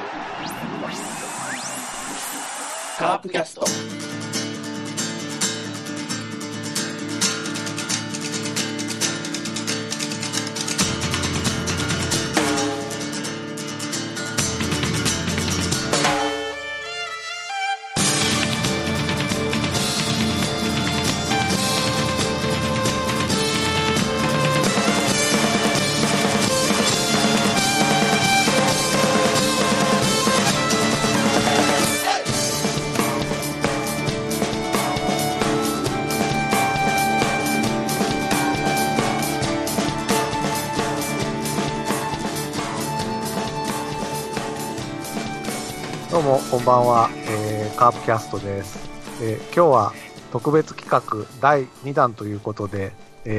カープキャスト。 どうもこんばんは、カープキャストです。今日は特別企画第2弾ということで、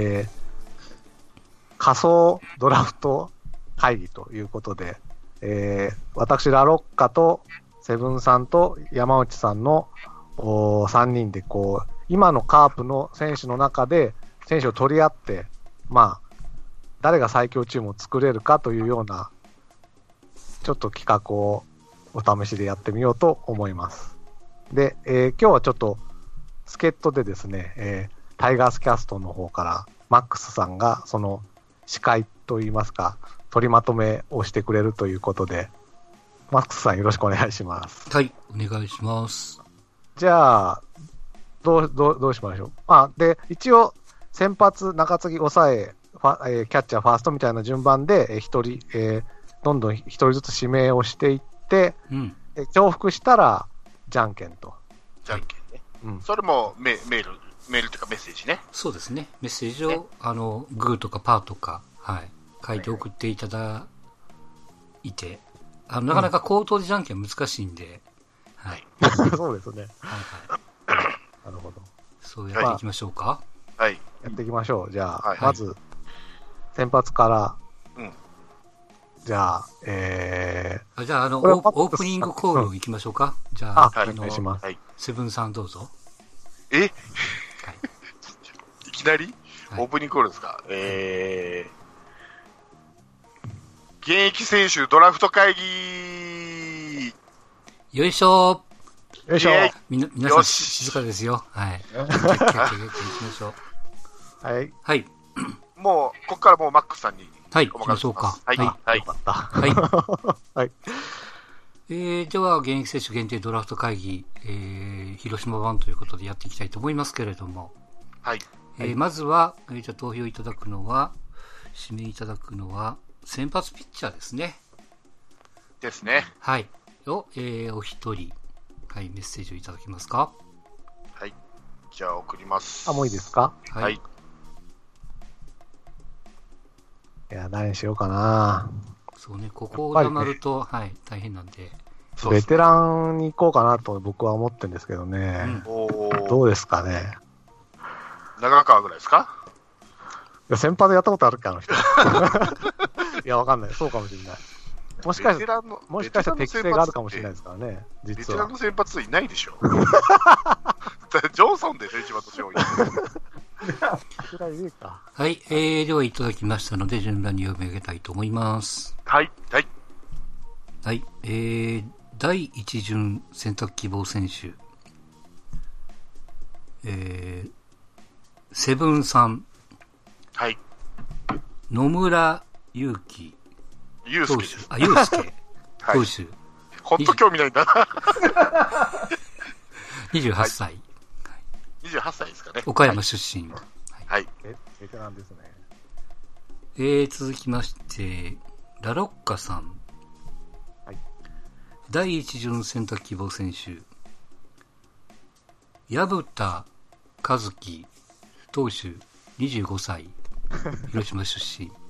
仮想ドラフト会議ということで、私ラロッカとセブンさんと山内さんの3人でこう今のカープの選手の中で選手を取り合って、まあ誰が最強チームを作れるかというようなちょっと企画をお試しでやってみようと思います。で、今日はちょっと助っ人でですね、タイガースキャストの方からマックスさんがその司会といいますか取りまとめをしてくれるということで、マックスさんよろしくお願いします。 はい、お願いします。 じゃあどうしましょう。で一応先発中継ぎ抑えキャッチャーファーストみたいな順番で一人、どんどん一人ずつ指名をしていって、重複したらじゃんけんと。 じゃんけんね。それもメールというかメッセージね。 そうですね。メッセージをグーとかパーとか、はい、書いて送っていただいて、なかなか口頭でじゃんけん難しいんで、はい。 そうですね。はいはい。なるほど。 そうやっていきましょうか。 はい。 やっていきましょう。じゃあ、 はい、 まず先発から。じゃあ、 じゃあ、オープニングコールいきましょうか。じゃあ、 お願いします。 セブンさんどうぞ。 はい、いきなり、オープニングコールですか。現役選手ドラフト会議。 よいしょよいしょ。 皆さん静かですよ。はい。行きましょう。 はい。 はい。 もう、ここからもうマックスさんに。 はい、行きましょうか。 はい。 よかった。 はい。 はい。 では、現役選手限定ドラフト会議、広島版ということでやっていきたいと思いますけれども。 はい。 まずは、じゃあ投票いただくのは、指名いただくのは、先発ピッチャーですね。 ですね。 はい。お一人、はい、メッセージをいただけますか。 はい。じゃあ送ります。 もういいですか。 はい。 いや、何しようかな。 そうね、ここを黙ると、はい、大変なんで。 ベテランに行こうかなと僕は思ってるんですけどね。どうですかね。 長川ぐらいですか。 いや、先発やったことあるっけ、あの人。いや、わかんない。そうかもしれない。もしかしたら適性があるかもしれないですからね。実は。 ベテランの先発いないでしょ。ジョンソンでしょ、一番年多い。 はい、ではいただきましたので順番に読み上げたいと思います。 はいはいはい。第一巡選択希望選手、セブンさん、 はい、 野村祐希祐介です。 祐介投手、 本当興味ないんだな。 28歳、 28歳ですかね。 岡山出身。 はい。 ベテランですね。 続きまして、ラロッカさん。 はい。 第一巡選択希望選手、薮田和樹投手、25歳、広島出身。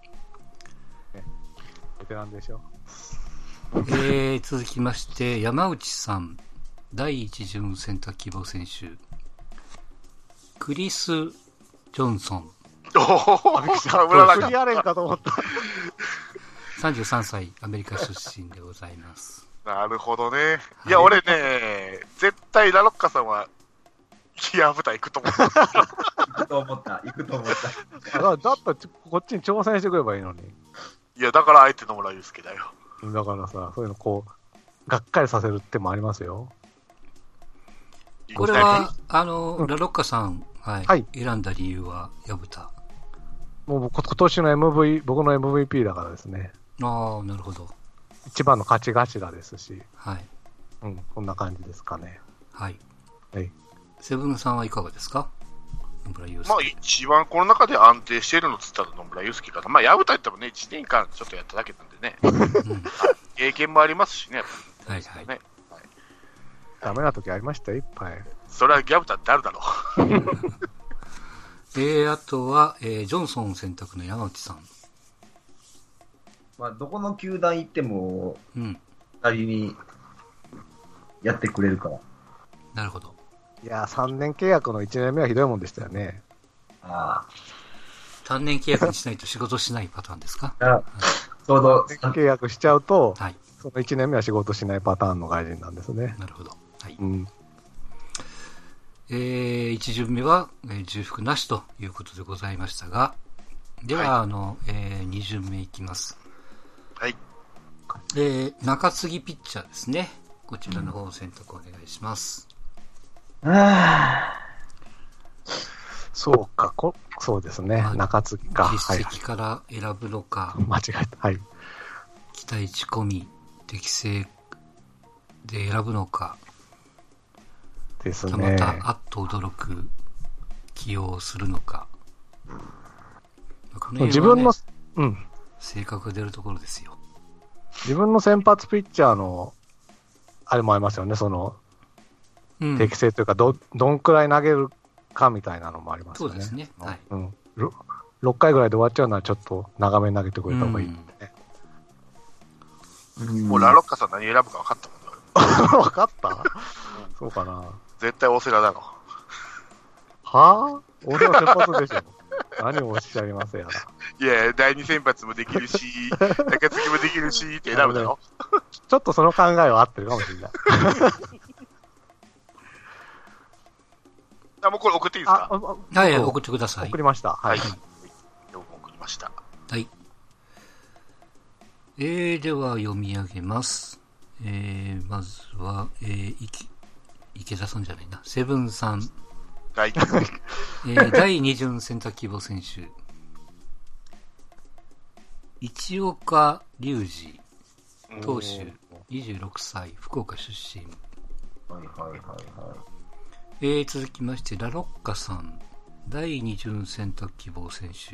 ベテランでしょ。 続きまして、山内さん。第一巡選択希望選手、クリス・ジョンソン。 クリアレンかと思った。 33歳、アメリカ出身でございます。 なるほどね。いや、俺ね、絶対ラロッカさんは、薮田行くと思った。 行くと思った。 だったらこっちに挑戦してくればいいのに。 いや、だから相手の村祐介だよ。 だからさ、そういうのこう、がっかりさせるってもありますよ。 これは、ラロッカさん、はい。 はい選んだ理由は、矢蓋。 もう今年の 僕の MVP だからですね。 ああ、なるほど。 一番の勝ち頭ですし、 はい。 こんな感じですかね。 はい。 はい。 セブンさんはいかがですか？野村祐介。 まあ一番この中で安定しているのっつったら野村祐介かな。まあ薮田言ってもね、1年間ちょっとやっただけなんでね。経験もありますしね、やっぱり。 はいはい。 ね。 ダメな時ありましたよ、いっぱい。 それは薮田ってあるだろあとは、ジョンソン選択の山内さん。 まあ、どこの球団行っても、 うん。 二人にやってくれるから。 なるほど。 いやー、3年契約の1年目はひどいもんでしたよね。 あ単年契約にしないと仕事しないパターンですか？ あ。ちょうど、 契約しちゃうと、 はい。 その1年目は仕事しないパターンの外人なんですね。 なるほど。はい。 うん。 1巡目は、重複なしということでございましたが、では、2巡目いきます。 はい。 中継ぎピッチャーですね。こちらの方を選択お願いします。 そうか、そうですね。 はい中継ぎか。はい。 実績から選ぶのか、 間違えた。はい。 期待値込み、適正で選ぶのか、 ですたまね。 たあっと驚く起用をするのか。この辺はね自分の、 性格が出るところですよ。 自分の先発ピッチャーの、あれもありますよね。その、 うん。 適正というか、どんくらい投げるかみたいなのもありますよね。 そうですね。はい。 6回ぐらいで終わっちゃうのはちょっと長めに投げてくれた方がいいってね。 もうラロッカさん何選ぶか分かったもんね。 分かったそうかな。 絶対大瀬良だろ。 はぁ俺は先発でしょ。何をおっしゃいますやら。 いや、第2先発もできるし、中継ぎもできるしって選ぶだろ。 ちょっとその考えは合ってるかもしれない。 あ、もうこれ送っていいですか？ はい、送ってください。 送りました。はい。 よく送りました。 はい。では読み上げます。まずは、池田さんじゃないな。セブンさん。 はい。 第2巡選択希望選手。市岡隆二、投手、26歳、福岡出身。 はいはいはいはい。 続きまして、ラロッカさん。第2巡選択希望選手。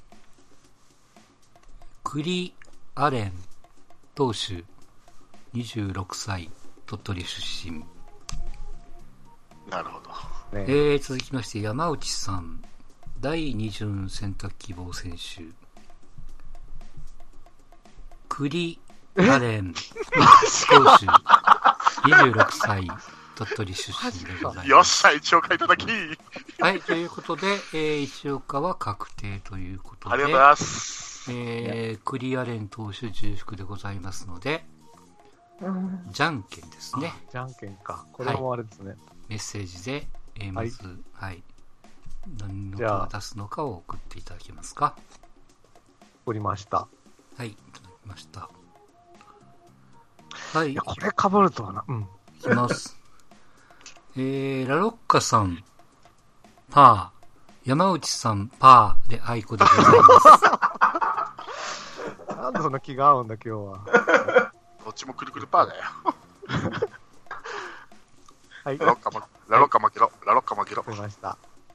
クリ・アレン、投手、26歳、鳥取出身。 なるほど。 ね続きまして、山内さん。第2巡選択希望選手。クリ・アレン、投手、26歳、鳥取出身でございます。 よっしゃ、一応書いただき。 はい、ということで、石岡は確定ということで、 ありがとうございます。 クリアレン投手重複でございますので、じゃんけんですね。 じゃんけんか。これもあれですね。 メッセージで、まず、はい、何の手を出すのかを送っていただけますか。 送りました。 はい、いただきました。はい、いいや、これ被るとはな。 きます。ラロッカさん、パー。山内さん、パーで愛子でございます。 なんでそんな気が合うんだ、今日は。 どっちもくるくるパーだよ。 はい。 ラロッカ負けろ。ラロッカ負けろ。 送りました。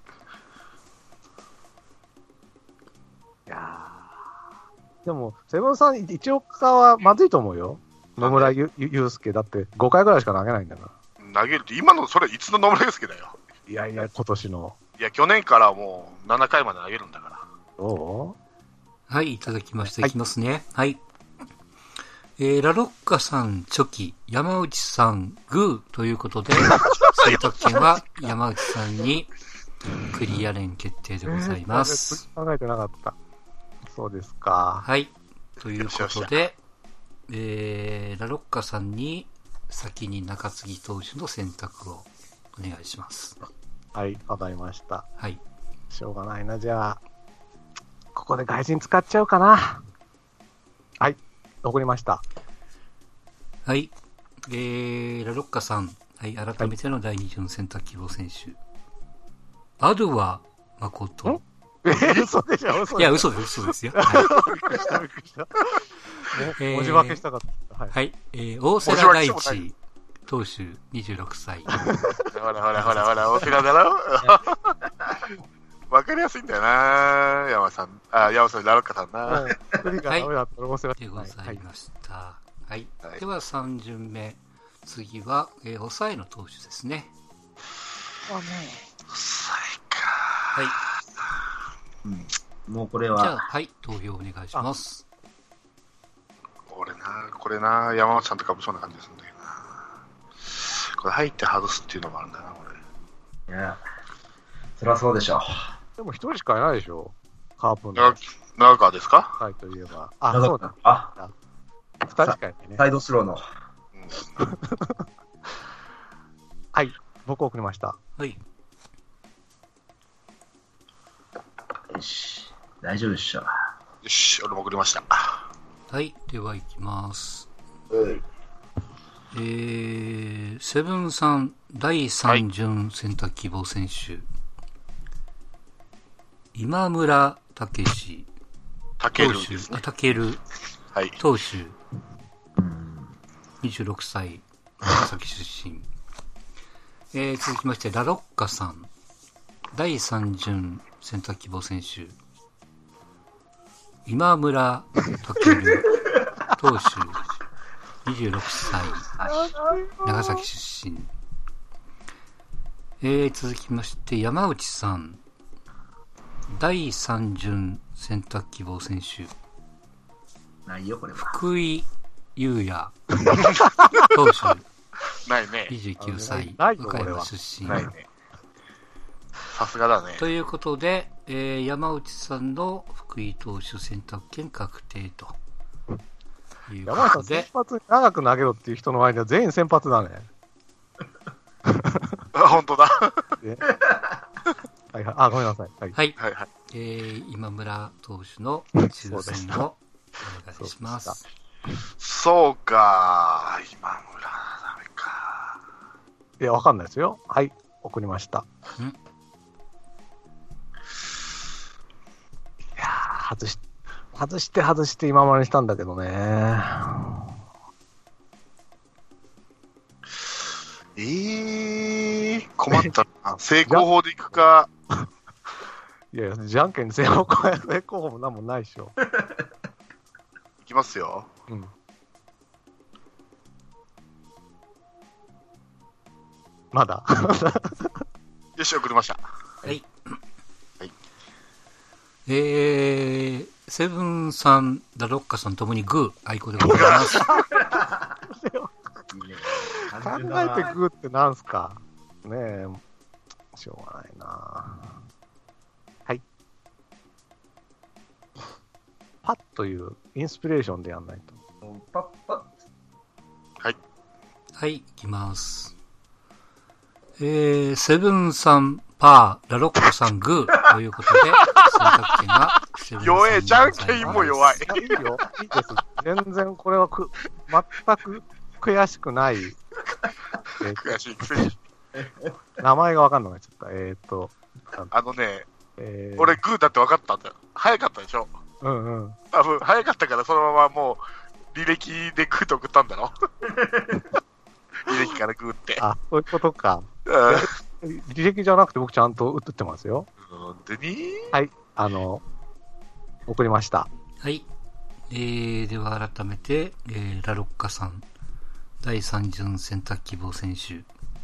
いやーでも、セブンさん、一岡はまずいと思うよ。野村祐介だって5回ぐらいしか投げないんだから。 投げるって、今のそれいつの野村祐介だよ。 いやいや、今年の。 いや、去年からもう7回まで投げるんだから。 どはい、いただきました。いきますね。はい。ラロッカさん、チョキ、山内さん、グーということで、選択権は山内さんにクリア連決定でございます。 考えてなかった。そうですか。 はい。ということで、ラロッカさんに先に中継ぎ投手の選択をお願いします。 はい、わかりました。 はい。 しょうがないな、じゃあ。ここで外人使っちゃうかな。はい、送りました。 はい。ラロッカさん。はい。改めての第2巡選択希望選手。アドワ誠。 嘘でしょ、嘘いや、嘘ですよ。はい。 びっくりした。文字化けしたかった。 はい。大瀬良大地投手26歳。 ほら、大瀬良だろわかりやすいんだよな、山さん、ラロッカさんな。 はい。 でございました。はい。では3巡目。次は、抑えの投手ですね。 抑えか。 はい。 もうこれは。 じゃあ、はい、投票お願いします。 これな、山本さんとかもそうな感じですんだけどな。これ入って外すっていうのもあるんだな、これ。 いや、そりゃそうでしょ。 でも一人しかいないでしょ。カープの。 長川ですか？ はいといえば。あ、そうだ。二人しかいないね。 サイドスローの。 はい、僕送りました。 はい。 よし、大丈夫でしょ。 よし、俺も送りました。 はい、では行きます。セブンさん第3巡選択希望選手、今村武史投手、投手、26歳、長崎出身。続きまして、ラロッカさん、第3巡選択希望選手、今村武投手、26歳、長崎出身。続きまして、山内さん、第3巡選択希望選手、 ないよ、これは。 福井優也投手、 ないね。 29歳、岡山出身。 ないね。さすがだね。 ということで、山内さんの福井投手選択権確定という山内さん、 ことで。 先発長く投げろっていう人の前では全員先発だね。 本当だ。 はいはい。あ、ごめんなさい。はい。 はい。 はいはい。 今村投手の抽選をお願いします。 そうか、今村、ダメか。 いや、わかんないですよ。はい、送りました。いやー、外して今までにしたんだけどね。 困ったな。成功法でいくか。 いや、じゃんけん成功法もなんもないでしょ。 いきますよ。 うん。まだよし、送りました。 はい。 はい。 セブンさん、ラロッカさんともにグー、愛子でございます。 考えてグーってなんすかねえ、しょうがないな。はい。パッというインスピレーションでやんないと。 パッパッ。 はい。 はい、いきます。セブンさん、パー、ラロッカさん、グーということで、選択権がセブンさんにございます。 弱え、じゃんけんも弱い。 いいよ、いいです。全然これは全く悔しくない。 悔しいくせに。 名前がわかんなくなっちゃった。 俺グーだって分かったんだよ。早かったでしょ。 うんうん。 多分早かったからそのままもう履歴でグーと送ったんだろ。履歴からグーって。 あ、そういうことか。履歴じゃなくて僕ちゃんと打ってますよ。 でにはい、送りました。 はい。では改めて、ラロッカさん、第3巡選択希望選手。ちょ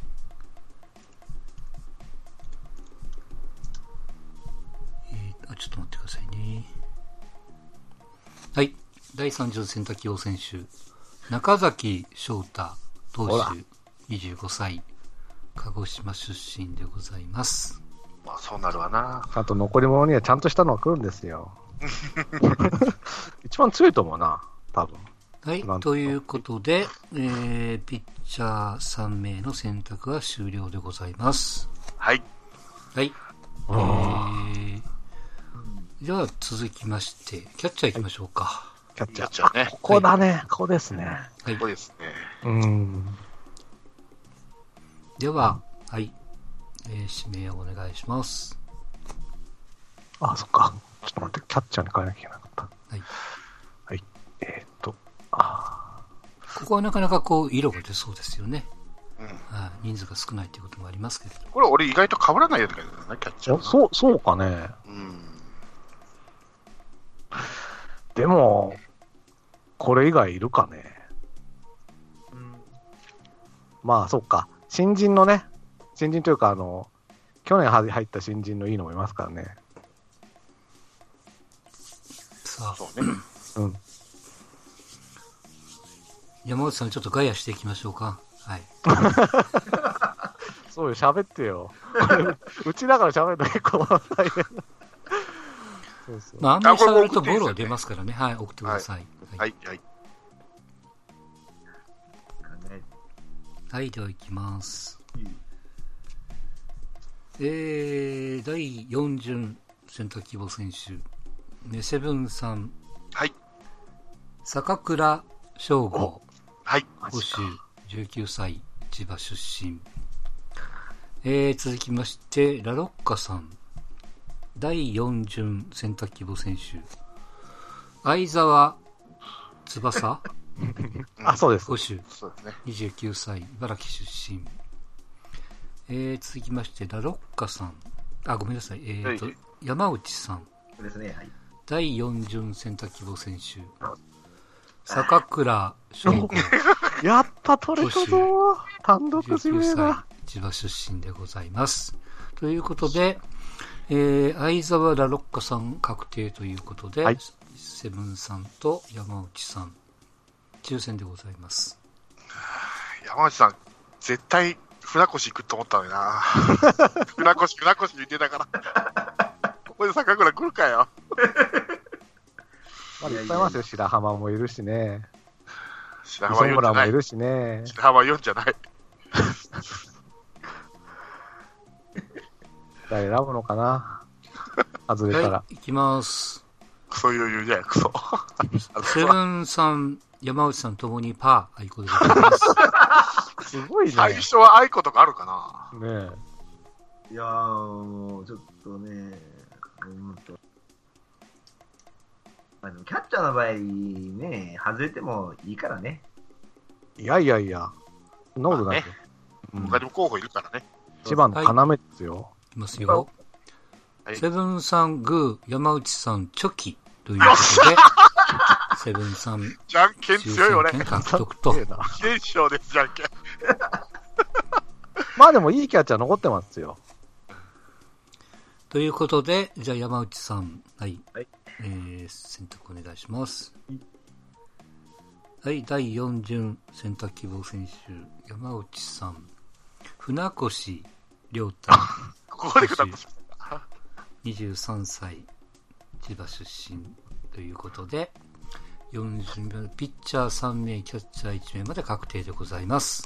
っと待ってくださいね。はい。第3巡選択希望選手。中崎翔太投手、25歳。鹿児島出身でございます。 まあそうなるわな。 ちゃんと残り物にはちゃんとしたのが来るんですよ。一番強いと思うな、多分。 はい。ということで、ピッチャー3名の選択は終了でございます。 はい。 はい。では続きまして、キャッチャー行きましょうか。 キャッチャー。 キャッチャーねここだね、ここですね。 はいそう。ですね。 では、はい。指名をお願いします。 あ、そっか。ちょっと待って、キャッチャーに変えなきゃいけなかった。 はい。 はい。 ここはなかなかこう、色が出そうですよね。 うん。 はい。人数が少ないということもありますけれど。 これ俺意外と被らないやつがいるんだね、キャッチャー。 そうかね。 うん。 でも、これ以外いるかね。まあ、そっか。新人のね、新人というか、去年入った新人のいいのもいますからね。 さあ、 そうね。 うん。 山内さんちょっとガヤしていきましょうか。はい。 そうよ、喋ってよ。これうちだから喋ると結構大変。そうそう。 まあ、あんまり喋るとボロが出ますからね。はい、送ってください。 はい、はい。 はい、では行きます。第4巡選択希望選手、ね、セブンさん、 はい。 坂倉翔吾、 はい。 保守、19歳、千葉出身。続きまして、ラロッカさん、第4巡選択希望選手、相沢翼、 あ、そうです。 保守、 そうですね。 29歳、茨城出身。続きまして、ラロッカさん。あ、ごめんなさい。 はい山内さん。 そうですね、はい。 第4巡選択希望選手。坂倉翔吾。 やった、取れたぞー。単独指 19歳名だ。、 千葉出身でございます。ということで、相沢ラロッカさん確定ということで、 はいセブンさんと山内さん、抽選でございます。 山内さん、絶対、船越行くと思ったのにな。船越言ってたから。ここで坂倉来るかよ。 まだいっぱいいますよ。白浜もいるしね。 白浜4じ磯村ゃないい。 もるしね。 白浜4じゃない。 誰選ぶのかな外れたらは。い、いきます。 クソ余裕じゃん、クソ。 セブンさん、山内さんともにパー、あいこでございます。 すごいね。 最初は愛子とかあるかな。 ねいやー、もう、ちょっとね、キャッチャーの場合ね、外れてもいいからね。 いやいやいや。そんなことないよ。うん他にも候補いるからね。 一番の要ですよ。 いきますよ。 はいセブンさん、グー、山内さん、チョキということで、セブンさん、 じゃんけん抽強いよね。 選券獲得とす。げえな現象です、じゃんけん。 まあでもいいキャッチャー残ってますよ。 ということで、じゃあ山内さん、はい。 はい選択お願いします。はい、第4巡選択希望選手、山内さん、船越亮太、 ここでくだって 23歳、千葉出身ということで、4巡目、ピッチャー3名、キャッチャー1名まで確定でございます。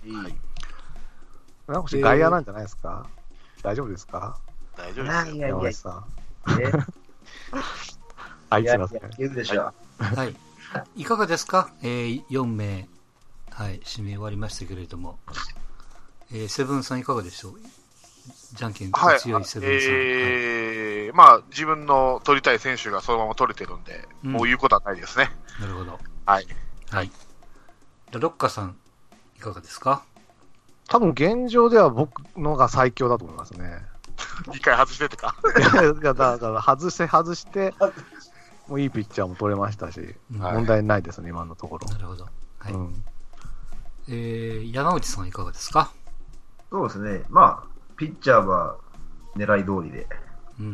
なんか外野なんじゃないですか、大丈夫ですか大丈夫ですよ。 いやいやいや山内、さん。 ねあ、いいやいつますねや、。言うでしょ。 はい。いかがですか、4名、はい、指名終わりましたけれども、セブンさんいかがでしょう、じゃんけんはい。 強いセブンさん。はいまあ、自分の取りたい選手がそのまま取れてるんで、 うんもう言うことはないですね。 なるほど。 はい。 はい。ラロッカさん、いかがですか？ 多分現状では僕のが最強だと思いますね。 2回外しててか。 いやだから外して、もういいピッチャーも取れましたし、 うんはい問題ないですね、今のところ。 なるほど。はい。 うん、 山内さんいかがですか？ そうですね。まあ、ピッチャーは狙い通りで。 うん。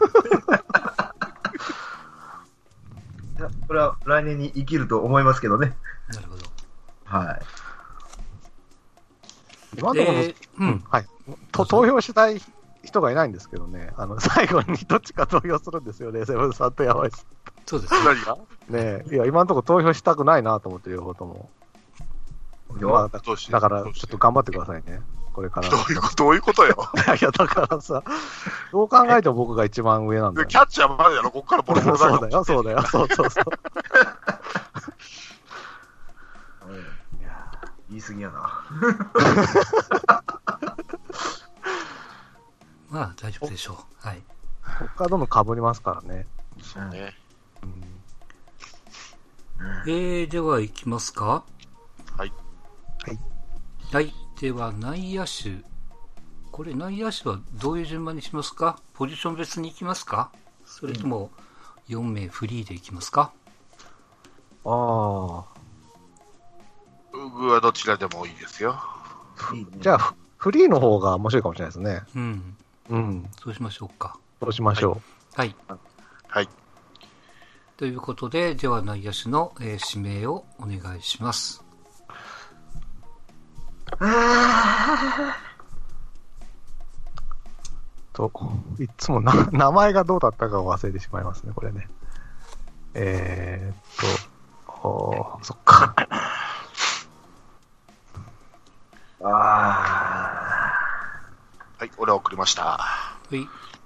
いやこれは来年に生きると思いますけどね。 なるほど。 はい。 今のところ、 うん。 はい、投票したい人がいないんですけどね、最後にどっちか投票するんですよね、セブンさんと山内さそうですね。 何がん。ねえ、いや、今のところ投票したくないなと思って、両方とも。まあ、 どうしてだから、ちょっと頑張ってくださいね。 これから。 どういうことよ。 いや、だからさ、どう考えても僕が一番上なんだよ。 キャッチャーまでやろ、こっからボロボロそうだよ、そうだよ、そうそうそう。 いや言い過ぎやな。 まあ、大丈夫でしょう。はい。 こっからどんどん被りますからね。 そうね。 では行きますか。 はい。 はい。では、内野手。これ、内野手はどういう順番にしますか？ポジション別に行きますか？それとも、4名フリーで行きますか？ ああ。 僕はどちらでもいいですよ。 いいね。 じゃあ、フリーの方が面白いかもしれないですね。 うん。 うん。 そうしましょうか。 そうしましょはい。 はい。 ということで、では内野手の、指名をお願いします。 と、いつも名前がどうだったかを忘れてしまいますね、これね。そっか。 はい、俺は送りました。 はい。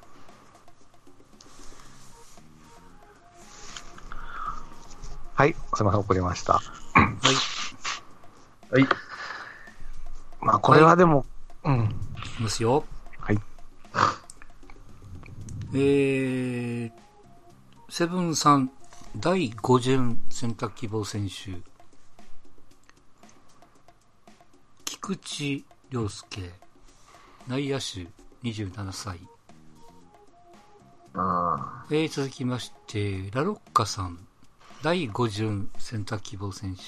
はい、すみません、送りました。 はい。 はい。 まあ、これはでも、うん。 いきますよ。 はい。 セブンさん、第5巡選択希望選手。菊池涼介、内野手27歳。続きまして、ラロッカさん、第5巡選択希望選手。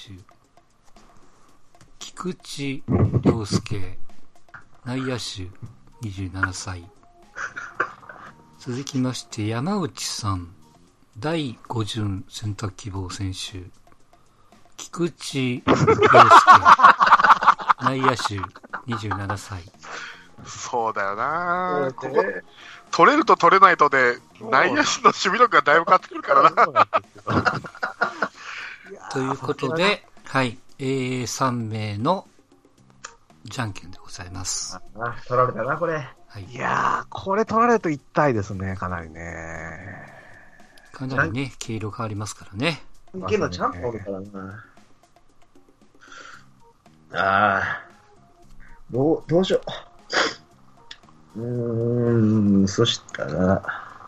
菊池涼介、内野手27歳。続きまして、山内さん、第5巡選択希望選手。菊池涼介、内野手27歳。 そうだよな、ここ取れると取れないとで、内野手の守備力がだいぶ変わってくるからな。 ということで、はい、3名のじゃんけんでございます。 取られたな、これ。 はい。 いやー、これ取られると痛いですね、かなりね。 かなりね、毛色変わりますからね。 いけのちゃんとおるからな。どうしよう。そしたら、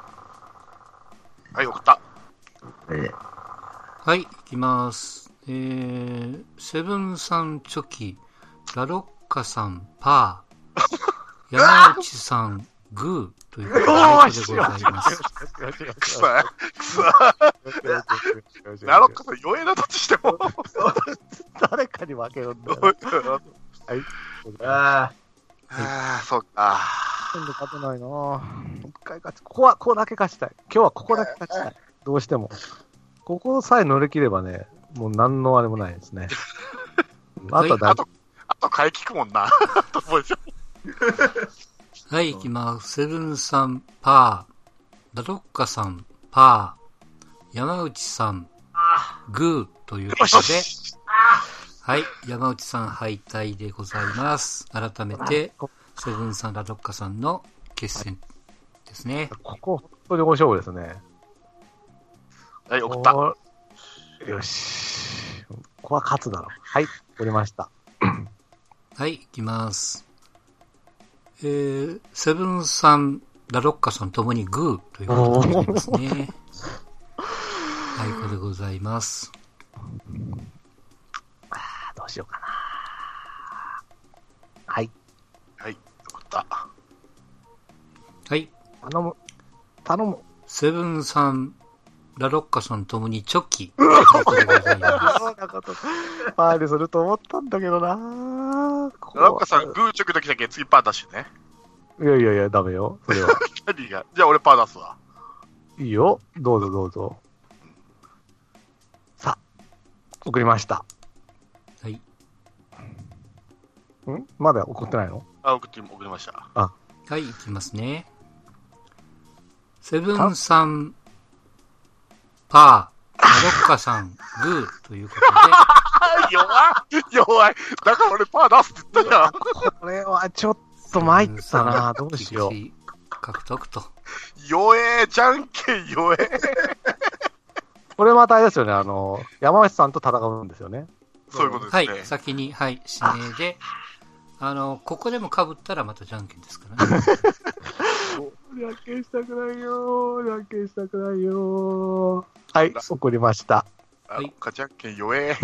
はい、送った。 はい、いきます。セブンさんチョキ、ラロッカさんパー、山内さんグーということでございます。 くさラロッカさん弱えな、どっちしても。 誰かに負けるんだよ。はい。 そうか。 今度勝てないなぁ。一回勝ち、ここだけ勝ちたい。今日はここだけ勝ちたい。どうしても。ここさえ乗り切ればね、もう何のあれもないですね。あとはあと買い聞くもんな。 はい、いきます。セブンさんパー、ラロッカさんパー、山内さんグーということで、はい、山内さん敗退でございます。改めて、セブンさん、ラロッカさんの決戦ですね。 ここ、本当に大勝負ですね。 はい、送った。 よし。ここは勝つだろう。はい、送りました。 はい、いきます。セブンさん、ラロッカさんともにグーということでございますね。はい、これでございます。 どうしようかな。はい。 はい、送った。 はい。 頼む。 セブンさん、ラロッカさんともにチョキ。ということでございます。 ファールすると思ったんだけどな。 ラロッカさん、グーチョキの時だけ次パー出してね。 いや、ダメよ。それは。 何がじゃあ俺パー出すわ。 いいよ。どうぞ。さあ、送りました。 はい。 まだ送ってないの？ 送りました。 はい、いきますね。セブンさん、パー、ラロッカさん、グーということで、 弱い。だから俺パー出すって言ったじゃん。 これはちょっと参ったな。どうしよう。 獲得と。 弱え、じゃんけん弱え。 これまたあれですよね、山内さんと戦うんですよね。 そういうことですね。 はい、先に、はい、指名で、ここでも被ったらまたじゃんけんですからね。 じゃんけんしたくないよー。じゃんけんしたくないよー。はい、送りました。 はい。じゃんけん弱え。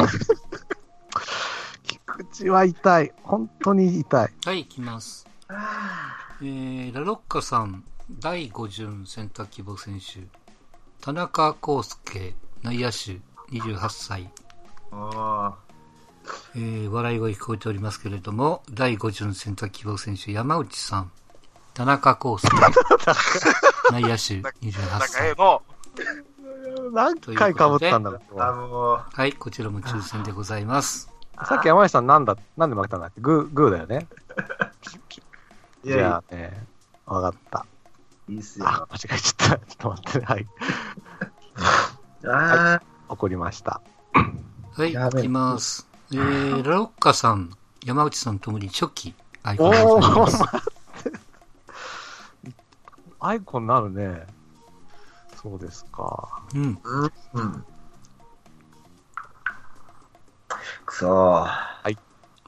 菊池は痛い。本当に痛い。 はい、いきます。ラロッカさん、第5巡選択希望選手。田中康介、内野手、28歳。笑い声聞こえておりますけれども、第5巡選択希望選手、山内さん。田中康介、内野手、28歳。 何回被ったんだろう。 はい、こちらも抽選でございます。 さっき山内さんなんで負けたんだっけ？グーだよね。じゃあね、わかった。 いいっすよ。 間違えちゃった。ちょっと待ってね。はい。はい、怒りました。 はい、いきます。ラロッカさん、山内さんともに初期アイコンになります。 アイコンになるね。そうですか。 うん。 くそー。 はい。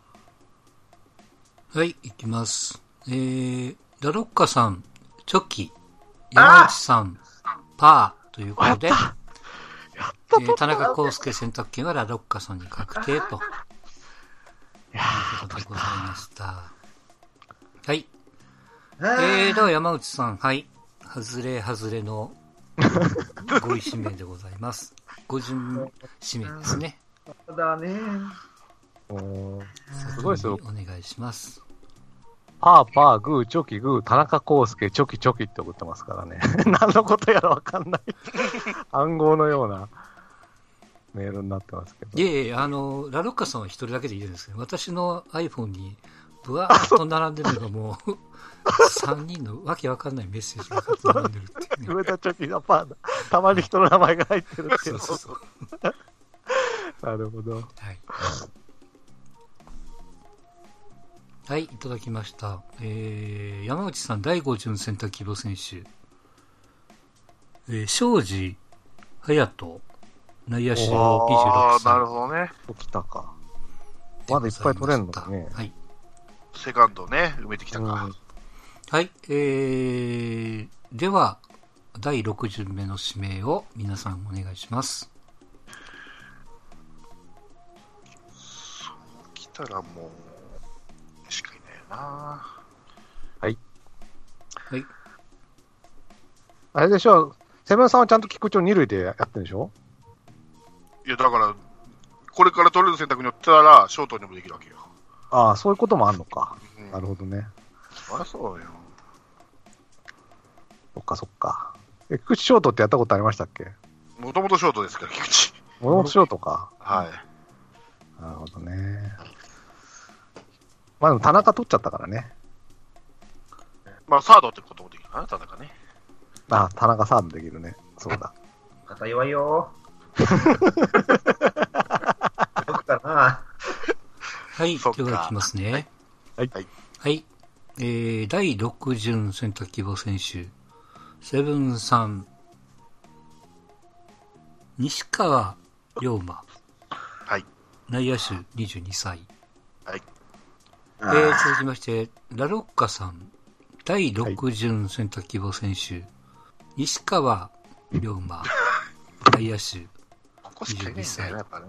はい、いきます。ラロッカさん、チョキ、山内さん、パーということで、田中康介選択権はラロッカさんに確定と。いうことでございました。はい。では山内さん、はい。外れのご意指名でございます。ご順指名ですね。 そうだね。 すごいですよ。 お願いします。 パー、グー、チョキ、グー、田中康介、チョキ、チョキって送ってますからね。何のことやらわかんない。暗号のようなメールになってますけど。 いえ、ラロッカさんは一人だけでいいですけど、私の iPhone にブワーッと並んでるのがもう、3人のわけわかんないメッセージが並んでるっていう、ね。 上田チョキがパーだ。たまに人の名前が入ってるっていう。 そう。 なるほど。 はい。はい、いただきました。山内さん、第5巡選択希望選手。庄司隼人、内野手26歳。 なるほどね。 来たか。まだいっぱい取れんのかね。 はい。 セカンドね、埋めてきたか。 はい、では、第6巡目の指名を皆さんお願いします。 そう来たらもう、しかいないよな。 はい。 はい。 あれでしょ、セブンさんはちゃんと菊池を2塁でやってるんでしょ？ いや、だから、これから取れる選択によってら、ショートにもできるわけよ。 ああ、そういうこともあるのか。なるほどね。 そりゃそうよ。 そっか。菊池ショートってやったことありましたっけ？ もともとショートですから、菊池。 もともとショートか。 はい。 なるほどね。まあでも田中取っちゃったからね。 まあ、サードってこともできるかな、田中ね。 あ、田中サードできるね。そうだ。 肩弱いよー。どこかな。 はい、ではいきますね。 はい。 はい。第6巡選択希望選手、セブンさん、西川龍馬。 はい。 内野手22歳。 はい。 続きまして、ラロッカさん、第6巡選択希望選手、西川龍馬。内野手22歳。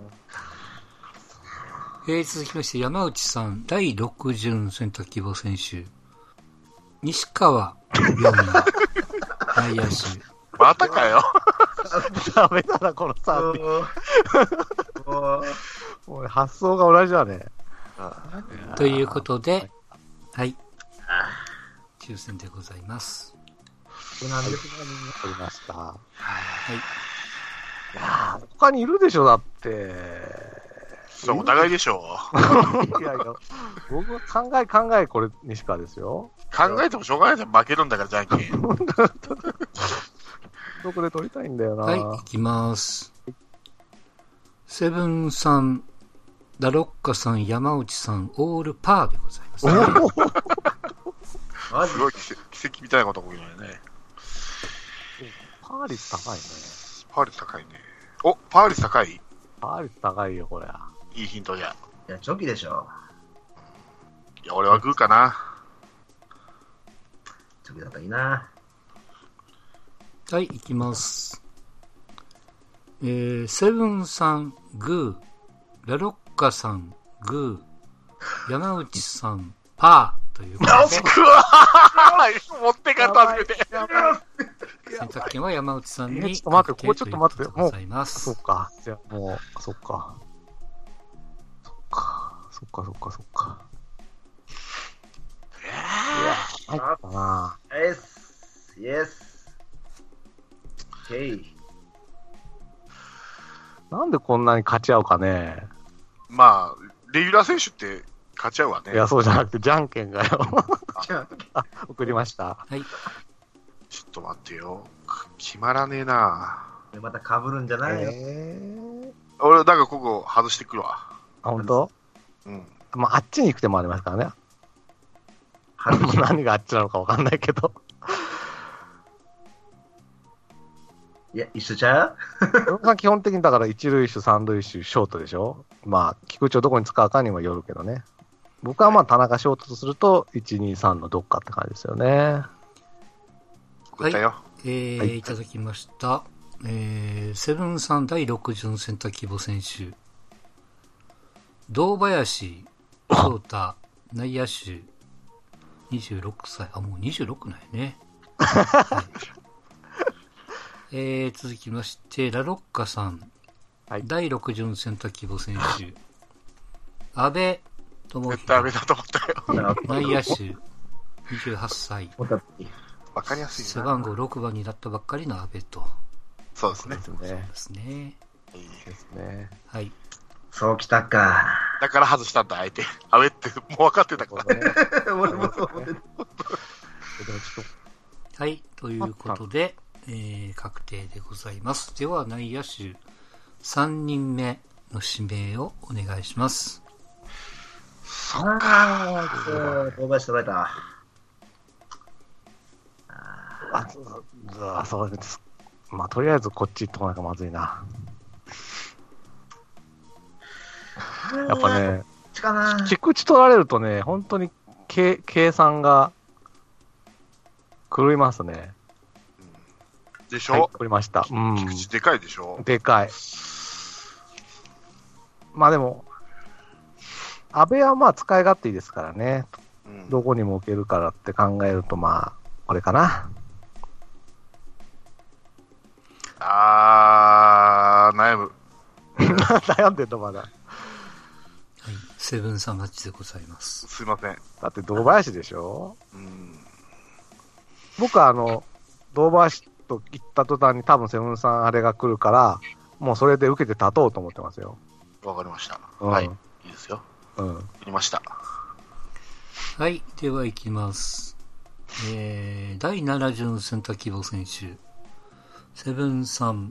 続きまして、山内さん、第6巡選択希望選手、西川龍馬、内野手。 またかよ。 ダメだな、この3人。もう発想が同じだね。 ということで、はい。抽選でございます。 取りました。はい。 いや他にいるでしょ、だって。 そう、お互いでしょいやいや、僕は考え、これ、西川ですよ。 考えてもしょうがないじゃん、負けるんだから、じゃんけん。 どこで取りたいんだよな。 はい、いきます。セブンさん、 ラロッカさん、山内さん、オールパーでございます、 マジすごい奇跡みたいなことが起きるよね。 パー率高いね。 パー率高いね。お、パー率高い？ パー率高いよ、これ。 いいヒントじゃ。 いや、チョキでしょ。 いや、俺はグーかな。 チョキだったらいいな。 はい、いきます。セブンさん、グー、ラロッカさん、グー、山内さん、パーということで、 くわー持ってかった初めて。 選択権は山内さんにちょっと待って、ここ確定ちょっと待って、 ということでございます。 そうか。じゃあもう、そっか。そっか。そっか、そっか、そっか。入ったな。 イエス。イエス。オッケー。 なんでこんなに勝ち合うかね。 まあ、レギュラー選手って勝ち合うわね。 いや、そうじゃなくて、じゃんけんがよ。 じゃ送りました。 はい。 ちょっと待ってよ。決まらねえな。 あ、また被るんじゃないよ。 俺、だからここ外してくるわ。 あ、本当？ うん。 まあ、あっちに行く手もありますからね。何があっちなのかわかんないけど。 いや、一緒ちゃう？ 基本的にだから一塁手、三塁手、ショートでしょ。まあ、菊池をどこに使うかにもよるけどね。僕はまあ、田中ショートとすると、1、2、3のどっかって感じですよね。 送ったよ。 はいいただきました。セブンさん第6巡選択希望選手。堂林翔太、内野手、26歳。あ、もう26なんやね。はい続きまして、ラロッカさん。 はい第6巡選択希望選手。安倍智絶対ダメ弘、 だと思ったよ。 内野手、28歳。 わかりやすいな。 背番号6番になったばっかりの安倍と。 そうですねで。すね。 ですね。 ですね。 はい。 そうきたか。 だから外したんだ、あえて。あえって、もう分かってたから。 ね、 俺もそう思ってた。 でもちょっはい。ということで、確定でございます。では、内野手3人目の指名をお願いします。 ああ、大林取られた。 そうです。まあ、とりあえずこっち行ってこないかまずいな。やっぱね、 こっちかな。 菊池取られるとね、本当に計算が狂いますね。 でしはい、 ょ、 取りました。うん。 菊池でかいでしょ。 でかい。まあでも、安倍はまあ使い勝手いいですからね。 うんどこにも置けるからって考えると、まあ、これかな。 悩む。 悩んでんのまだ。 はい。セブンさんマッチでございます。 すいません。 だって堂林でしょ。 うん。 僕は堂林と言った途端に多分セブンさんあれが来るから、もうそれで受けて立とうと思ってますよ。 わかりました。 うんはい。いいですよ。 うん。 振りました。 はい。では、いきます。第7巡選択希望選手。セブンさん。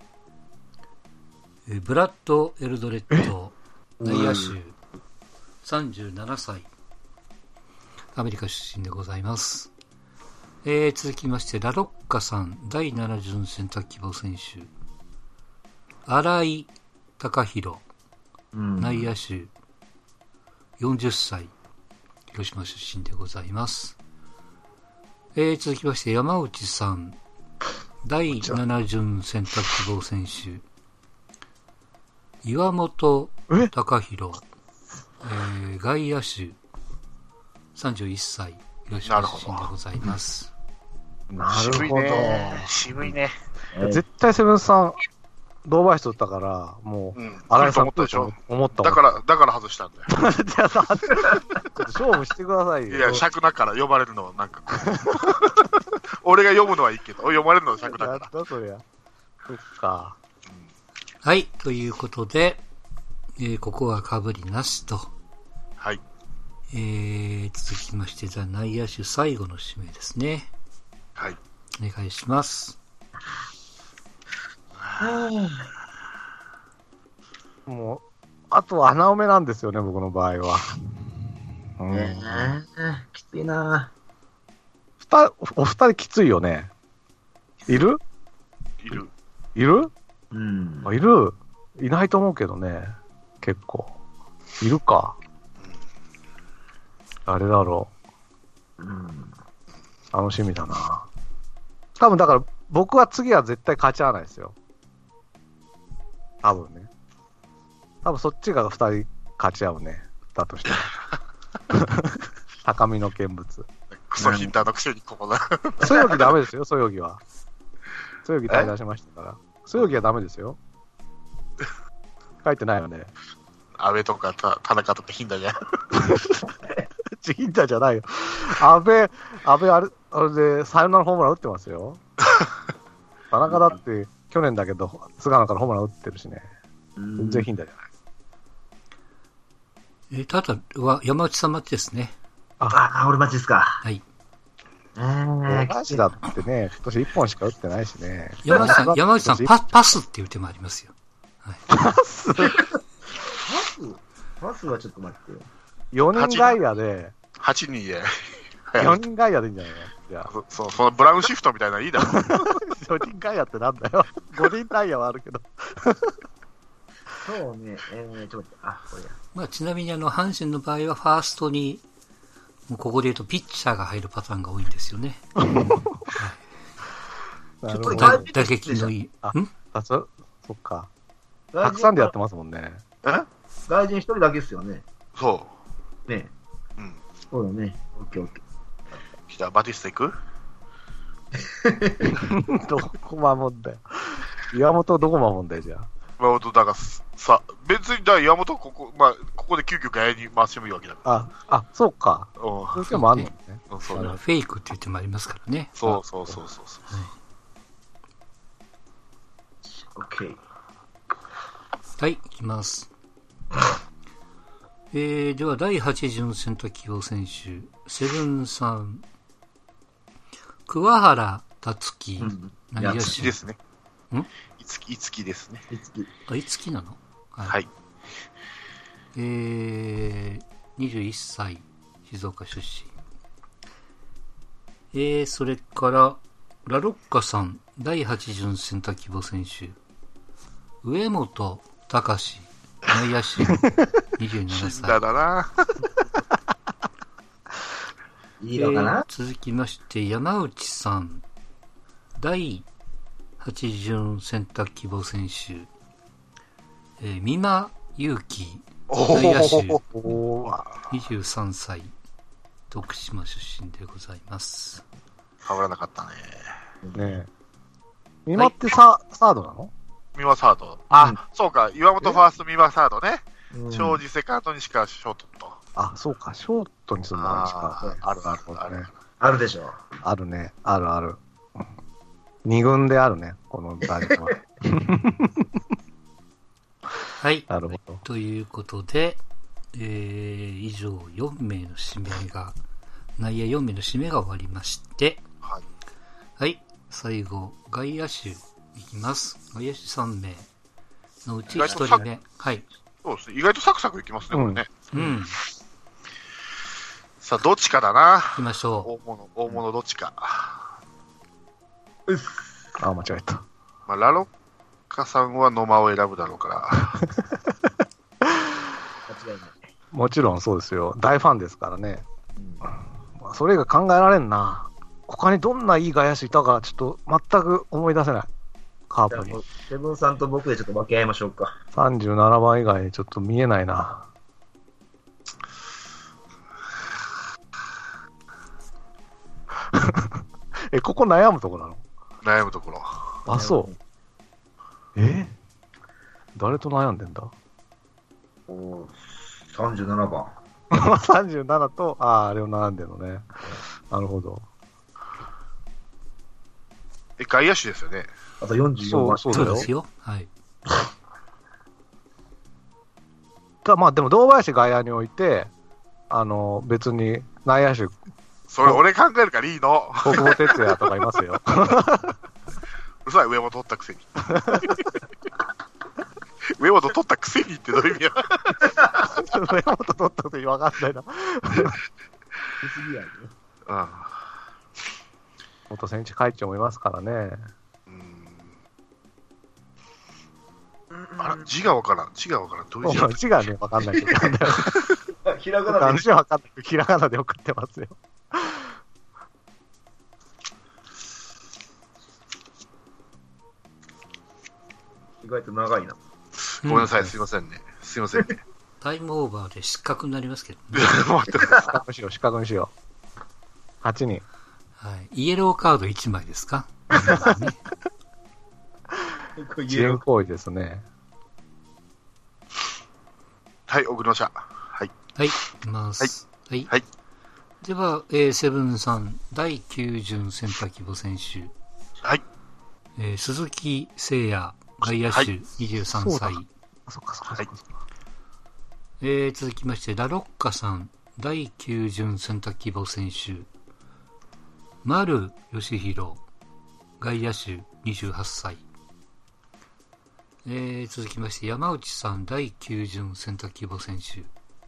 ブラッド・エルドレッド。内野手。37歳。アメリカ出身でございます。続きまして、ラロッカさん。第7巡選択希望選手。新井貴弘。 うん内野手。40歳。広島出身でございます。続きまして、山内さん。第7巡選択希望選手。岩本貴弘。外野手。31歳。広島出身でございます。 なる渋いほど。 ね。渋いね。 絶対セブンさん、堂林取ったから、もう、 うん。 新井さん来ると思ったでしょ。 思っただから外したんだよ。 じゃあさ、ちょっと勝負してくださいよ。 いや、尺だから呼ばれるのはなんか。俺が読むのはいいけど、読まれるのは尺だやっから。 たそりゃ。そっか。 はい。ということで、ここは被りなしと。 はい。 続きまして、じゃあ内野手最後の指名ですね。 はい。 お願いします。 もう、 あと穴埋めなんですよね、僕の場合は。 きついな。 お二人きついよね。いるいる。 いるうん。 いるいないと思うけどね。結構。いるか。誰だろうん。 う。楽しみだな。多分だから僕は次は絶対勝ち合わないですよ。多分ね。多分そっちが二人勝ち合うね。だとしたら。高みの見物。 クソヒンターのくせにここだ。 そよぎダメですよ、そよぎは。そよぎ対談しましたから。そよぎはダメですよ。書いてないよね。 安倍とか田中とかヒンターじゃん。 ヒンターじゃないよ。安倍あれでサヨナラホームラン打ってますよ。田中だって去年だけど、菅野からホームラン打ってるしね。全然ヒンターじゃない。 ただは山内さん待ちですね。 俺待ちですか。 はい。 林だってね、今年1本しか打ってないしね。 山内さん、パスっていう手もありますよ。はい、 パスはちょっと待ってよ。 4人外野で、 8人で。 4人外野でいいんじゃないのじゃあ。 そのブラウンシフトみたいなのいいだろ。 4人外野ってなんだよ。5人内野はあるけど。 そうね、ちょっと待って、これや。 まあ、ちなみに阪神の場合はファーストに、もうここで言うとピッチャーが入るパターンが多いんですよね。 なるほど。 打撃のいい。 そっか。たくさんでやってますもんね。 外人一人だけですよね。 そね。 う。うん。 そうだね。オッケーオッケじゃあバティスタ行く？ どこ守んだよ。岩本どこ守んだよ、じゃあ。 岩本だから別に岩本ここで急遽外野に回してもいいわけだかそうか。 ら。 そういう手もあるのね。 そうフェイクって言ってもありますからね。 そう。 ー。オッケー。 はい、いきます。では、第8巡選択希望選手、セブンさん、桑原達樹、内野いつき手。 ですね。いつきですね。 いつきなの？ はい。 21歳、静岡出身。それから、ラロッカさん、第8巡選択希望選手、上本隆、内野手、27歳。 だな。 いいのかな？ 続きまして、山内さん、第8巡選択希望選手、美馬勇樹、内野手、23歳、徳島出身でございます。 変わらなかったね。 ねえ。美馬ってサードなの？ 美馬サード。そうか。岩本ファースト、美馬サードね。庄司セカンド、西川ショートと。 そうか。ショートにするのは西川。 あるね。 あるでしょ。 あるね。ある。二軍であるね。この打率は。 はい。 なるほど。 ということで、以上4名の指名が、内野4名の指名が終わりまして、はい。最後、外野手いきます。外野手3名のうち1人目。はい。 そうですね。意外とサクサクいきますね、これね。さあ、どっちかだな。 行きましょう。大物どっちか。 間違えた。 ラロッカさんは野間を選ぶだろうから。 間違いない。 もちろんそうですよ。大ファンですからね。それが考えられんな。他にどんないい外野手いたか、ちょっと全く思い出せない。カープに。 セブンさんと僕でちょっと分け合いましょうか。 37番以外ちょっと見えないな。ここ悩むとこなの？ 悩むところ。 そう。誰と悩んでんだ ？37番。 37と、あれを悩んでるのね。なるほど。 外野手ですよね。 あと44番。 そうですよ。はい。 まあでも堂林外野において、別に内野手、 それ俺考えるからいいの。 国保哲也とかいますよ。 うるさい、上本取ったくせに。上本取ったくせにってどういう意味や。 上本取ったことわかんないな。 出すぎやね。 うん。 元選手会長もいますからね。 あら、字がわからん。字がわからん。どういう字だったっけ字がね、わかんないけど。 ひらがなで漢字はわかんないけど、ひらがなで送ってますよ。 意外と長いな。 ごめんなさい、すいませんね。すいませんね。 タイムオーバーで失格になりますけどね。 待って四角にしよう、四角にしよう。8人。 はい。イエローカード1枚ですか？ね遅延行為ですね。 はい、送りました。はい。 はい、いきます。はい。 はいでは、セブンさん、第9巡センター希望選手。 はい。 鈴木誠也、外野手、 はい 23 そうだ歳。 あ、そっかそっかそっか。 続きまして、ラロッカさん、第9巡選択希望選手、丸義弘、外野手、28歳。続きまして、山内さん、第9巡選択希望選手、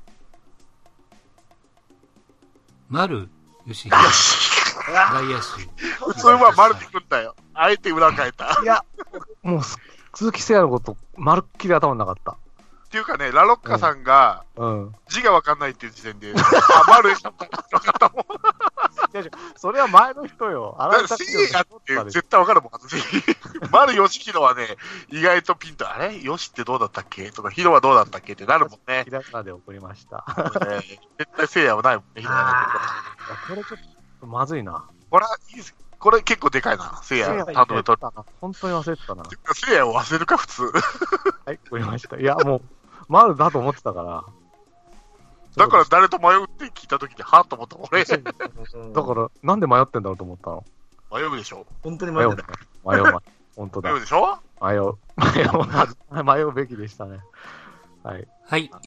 丸義弘、外野手。 普通は丸でくんだよ。あえて裏変えた。 いや、もう、鈴木誠也のこと、まるっきり頭になかった。 っていうかね、ラロッカさんがうん。 字がわかんないっていう時点で、あ、丸になったって分かったもん。 それは前の人よ。あだから、せいやって絶対わかるもん、私。丸義弘はね、意外とピンと、あれよしってどうだったっけとか、弘はどうだったっけってなるもんね。 ひらがなで送りました。 絶対せいやはないもんね、弘はこれちょっとまずいな。 これはいいです。これ結構でかいな、せいやせいや頼むと。 本当に忘れてたな。 せいやを忘れるか、普通。 はい、送りました。いや、もう、丸だと思ってたから。 だから誰と迷うって聞いたときに、はぁと思ったもん、俺。 だから、なんで迷ってんだろうと思ったの。 迷うでしょ本当に迷うね迷ってた。。 迷う。本当だ迷う。でしょ迷う。迷うべきでしたね。はい。 はい、